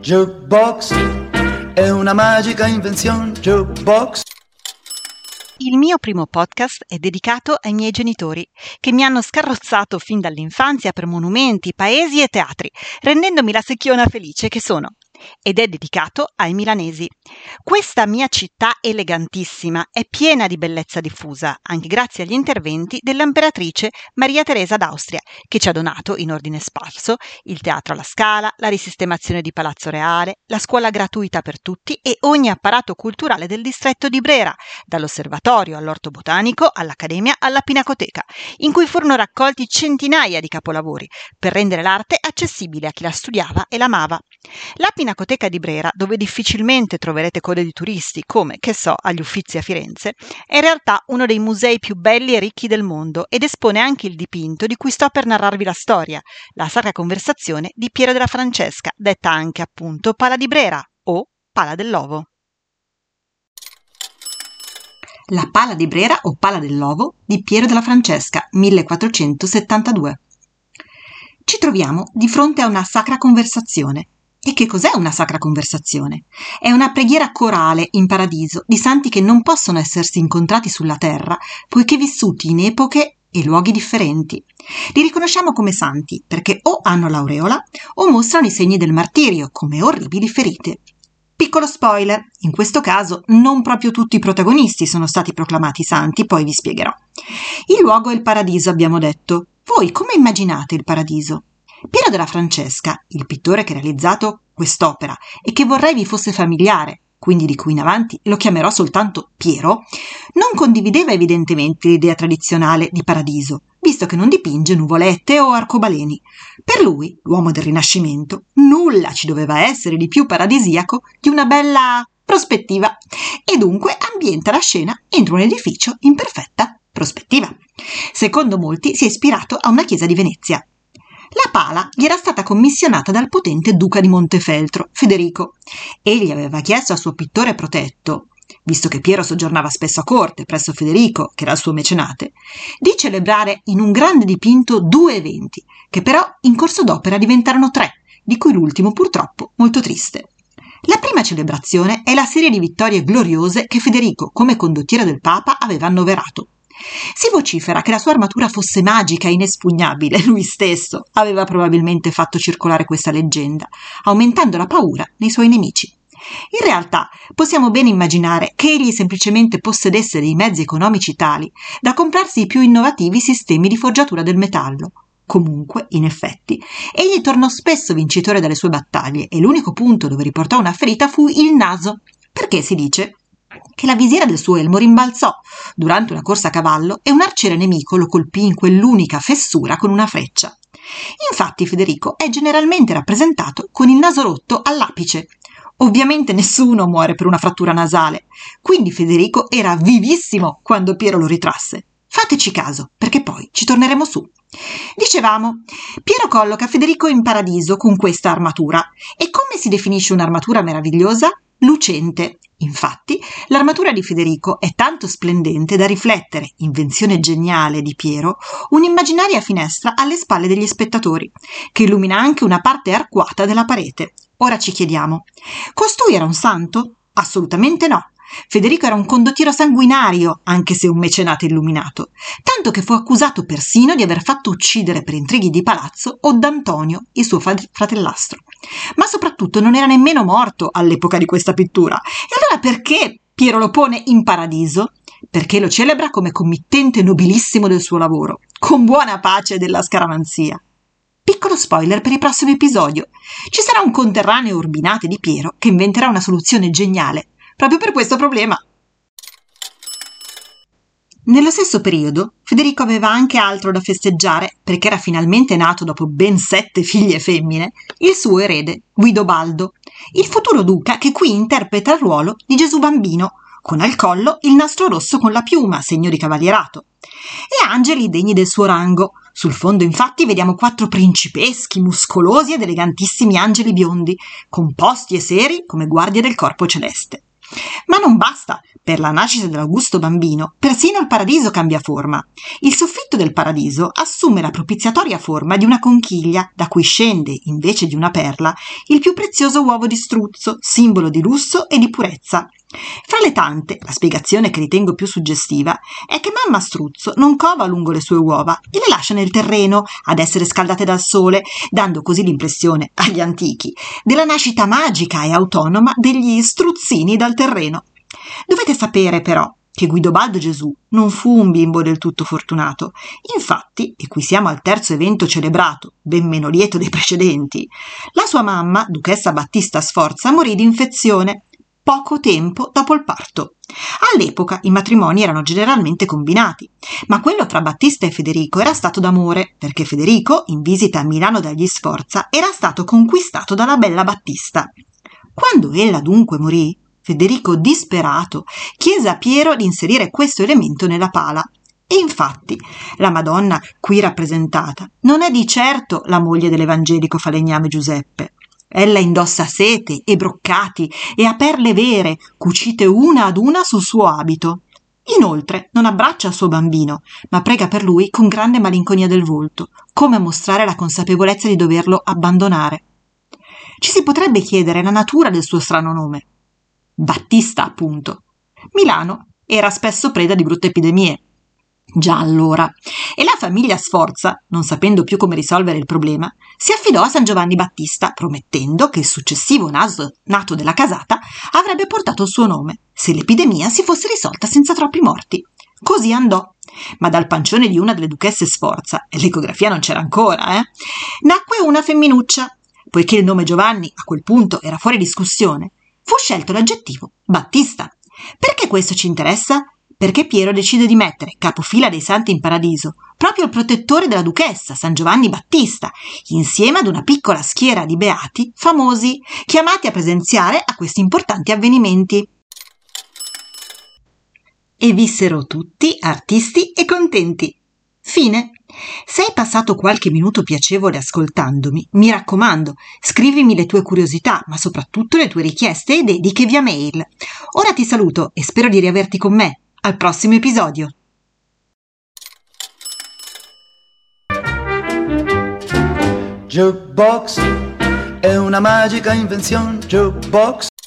Jukebox è una magica invenzione. Jukebox. Il mio primo podcast è dedicato ai miei genitori, che mi hanno scarrozzato fin dall'infanzia per monumenti, paesi e teatri, rendendomi la secchiona felice che sono. Ed è dedicato ai milanesi. Questa mia città elegantissima è piena di bellezza diffusa, anche grazie agli interventi dell'imperatrice Maria Teresa d'Austria, che ci ha donato, in ordine sparso, il Teatro alla Scala, la risistemazione di Palazzo Reale, la scuola gratuita per tutti e ogni apparato culturale del distretto di Brera, dall'osservatorio all'orto botanico, all'accademia, alla pinacoteca, in cui furono raccolti centinaia di capolavori, per rendere l'arte accessibile a chi la studiava e l'amava. La Pinacoteca di Brera, dove difficilmente troverete code di turisti come, che so, agli Uffizi a Firenze, è in realtà uno dei musei più belli e ricchi del mondo ed espone anche il dipinto di cui sto per narrarvi la storia, la Sacra Conversazione di Piero della Francesca, detta anche appunto Pala di Brera o Pala dell'Ovo. La Pala di Brera o Pala dell'Ovo di Piero della Francesca, 1472. Ci troviamo di fronte a una Sacra Conversazione. E che cos'è una Sacra Conversazione? È una preghiera corale in paradiso di santi che non possono essersi incontrati sulla terra, poiché vissuti in epoche e luoghi differenti. Li riconosciamo come santi perché o hanno l'aureola o mostrano i segni del martirio, come orribili ferite. Piccolo spoiler, in questo caso non proprio tutti i protagonisti sono stati proclamati santi, poi vi spiegherò. Il luogo è il paradiso, abbiamo detto. Voi come immaginate il paradiso? Piero della Francesca, il pittore che ha realizzato quest'opera e che vorrei vi fosse familiare, quindi di qui in avanti lo chiamerò soltanto Piero, non condivideva evidentemente l'idea tradizionale di paradiso, visto che non dipinge nuvolette o arcobaleni. Per lui, l'uomo del Rinascimento, nulla ci doveva essere di più paradisiaco di una bella prospettiva e dunque ambienta la scena entro un edificio in perfetta prospettiva. Secondo molti si è ispirato a una chiesa di Venezia. La pala gli era stata commissionata dal potente duca di Montefeltro, Federico. Egli aveva chiesto al suo pittore protetto, visto che Piero soggiornava spesso a corte presso Federico, che era il suo mecenate, di celebrare in un grande dipinto 2 eventi, che però in corso d'opera diventarono 3, di cui l'ultimo purtroppo molto triste. La prima celebrazione è la serie di vittorie gloriose che Federico, come condottiero del Papa, aveva annoverato. Si vocifera che la sua armatura fosse magica e inespugnabile. Lui stesso aveva probabilmente fatto circolare questa leggenda, aumentando la paura nei suoi nemici. In realtà possiamo ben immaginare che egli semplicemente possedesse dei mezzi economici tali da comprarsi i più innovativi sistemi di forgiatura del metallo. Comunque, in effetti, egli tornò spesso vincitore dalle sue battaglie e l'unico punto dove riportò una ferita fu il naso, perché si dice che la visiera del suo elmo rimbalzò durante una corsa a cavallo e un arciere nemico lo colpì in quell'unica fessura con una freccia. Infatti Federico è generalmente rappresentato con il naso rotto all'apice. Ovviamente nessuno muore per una frattura nasale, quindi Federico era vivissimo quando Piero lo ritrasse. Fateci caso, perché poi ci torneremo su. Dicevamo, Piero colloca Federico in paradiso con questa armatura. E come si definisce un'armatura meravigliosa? Lucente. Infatti, l'armatura di Federico è tanto splendente da riflettere, invenzione geniale di Piero, un'immaginaria finestra alle spalle degli spettatori, che illumina anche una parte arcuata della parete. Ora ci chiediamo, costui era un santo? Assolutamente no. Federico era un condottiero sanguinario, anche se un mecenate illuminato, tanto che fu accusato persino di aver fatto uccidere per intrighi di palazzo Odd'Antonio, il suo fratellastro. Ma soprattutto non era nemmeno morto all'epoca di questa pittura. E allora perché Piero lo pone in paradiso? Perché lo celebra come committente nobilissimo del suo lavoro, con buona pace della scaramanzia. Piccolo spoiler per il prossimo episodio. Ci sarà un conterraneo urbinate di Piero che inventerà una soluzione geniale proprio per questo problema. Nello stesso periodo, Federico aveva anche altro da festeggiare, perché era finalmente nato dopo ben 7 figlie femmine, il suo erede, Guidobaldo, il futuro duca che qui interpreta il ruolo di Gesù bambino, con al collo il nastro rosso con la piuma, segno di cavalierato, e angeli degni del suo rango. Sul fondo infatti vediamo 4 principeschi, muscolosi ed elegantissimi angeli biondi, composti e seri come guardie del corpo celeste. Ma non basta, per la nascita dell'augusto bambino, persino il paradiso cambia forma. Il soffitto del paradiso assume la propiziatoria forma di una conchiglia, da cui scende, invece di una perla, il più prezioso uovo di struzzo, simbolo di lusso e di purezza. Fra le tante, la spiegazione che ritengo più suggestiva è che mamma struzzo non cova lungo le sue uova e le lascia nel terreno ad essere scaldate dal sole, dando così l'impressione agli antichi della nascita magica e autonoma degli struzzini dal terreno. Dovete sapere però che Guidobaldo Gesù non fu un bimbo del tutto fortunato. Infatti, e qui siamo al terzo evento celebrato, ben meno lieto dei precedenti, la sua mamma, duchessa Battista Sforza, morì di infezione poco tempo dopo il parto. All'epoca i matrimoni erano generalmente combinati, ma quello fra Battista e Federico era stato d'amore, perché Federico, in visita a Milano dagli Sforza, era stato conquistato dalla bella Battista. Quando ella dunque morì, Federico, disperato, chiese a Piero di inserire questo elemento nella pala. E infatti la Madonna qui rappresentata non è di certo la moglie dell'evangelico falegname Giuseppe. Ella indossa sete e broccati e ha perle vere, cucite una ad una sul suo abito. Inoltre non abbraccia il suo bambino, ma prega per lui con grande malinconia del volto, come a mostrare la consapevolezza di doverlo abbandonare. Ci si potrebbe chiedere la natura del suo strano nome. Battista, appunto. Milano era spesso preda di brutte epidemie. Già allora. E la famiglia Sforza, non sapendo più come risolvere il problema, si affidò a San Giovanni Battista, promettendo che il successivo nato della casata avrebbe portato il suo nome, se l'epidemia si fosse risolta senza troppi morti. Così andò. Ma dal pancione di una delle duchesse Sforza, e l'ecografia non c'era ancora, nacque una femminuccia. Poiché il nome Giovanni a quel punto era fuori discussione, fu scelto l'aggettivo Battista. Perché questo ci interessa? Perché Piero decide di mettere capofila dei santi in paradiso proprio il protettore della duchessa, San Giovanni Battista, insieme ad una piccola schiera di beati famosi, chiamati a presenziare a questi importanti avvenimenti. E vissero tutti artisti e contenti. Fine. Se hai passato qualche minuto piacevole ascoltandomi, mi raccomando, scrivimi le tue curiosità, ma soprattutto le tue richieste e dediche via mail. Ora ti saluto e spero di riaverti con me. Al prossimo episodio. Jukebox è una magica invenzione. Jukebox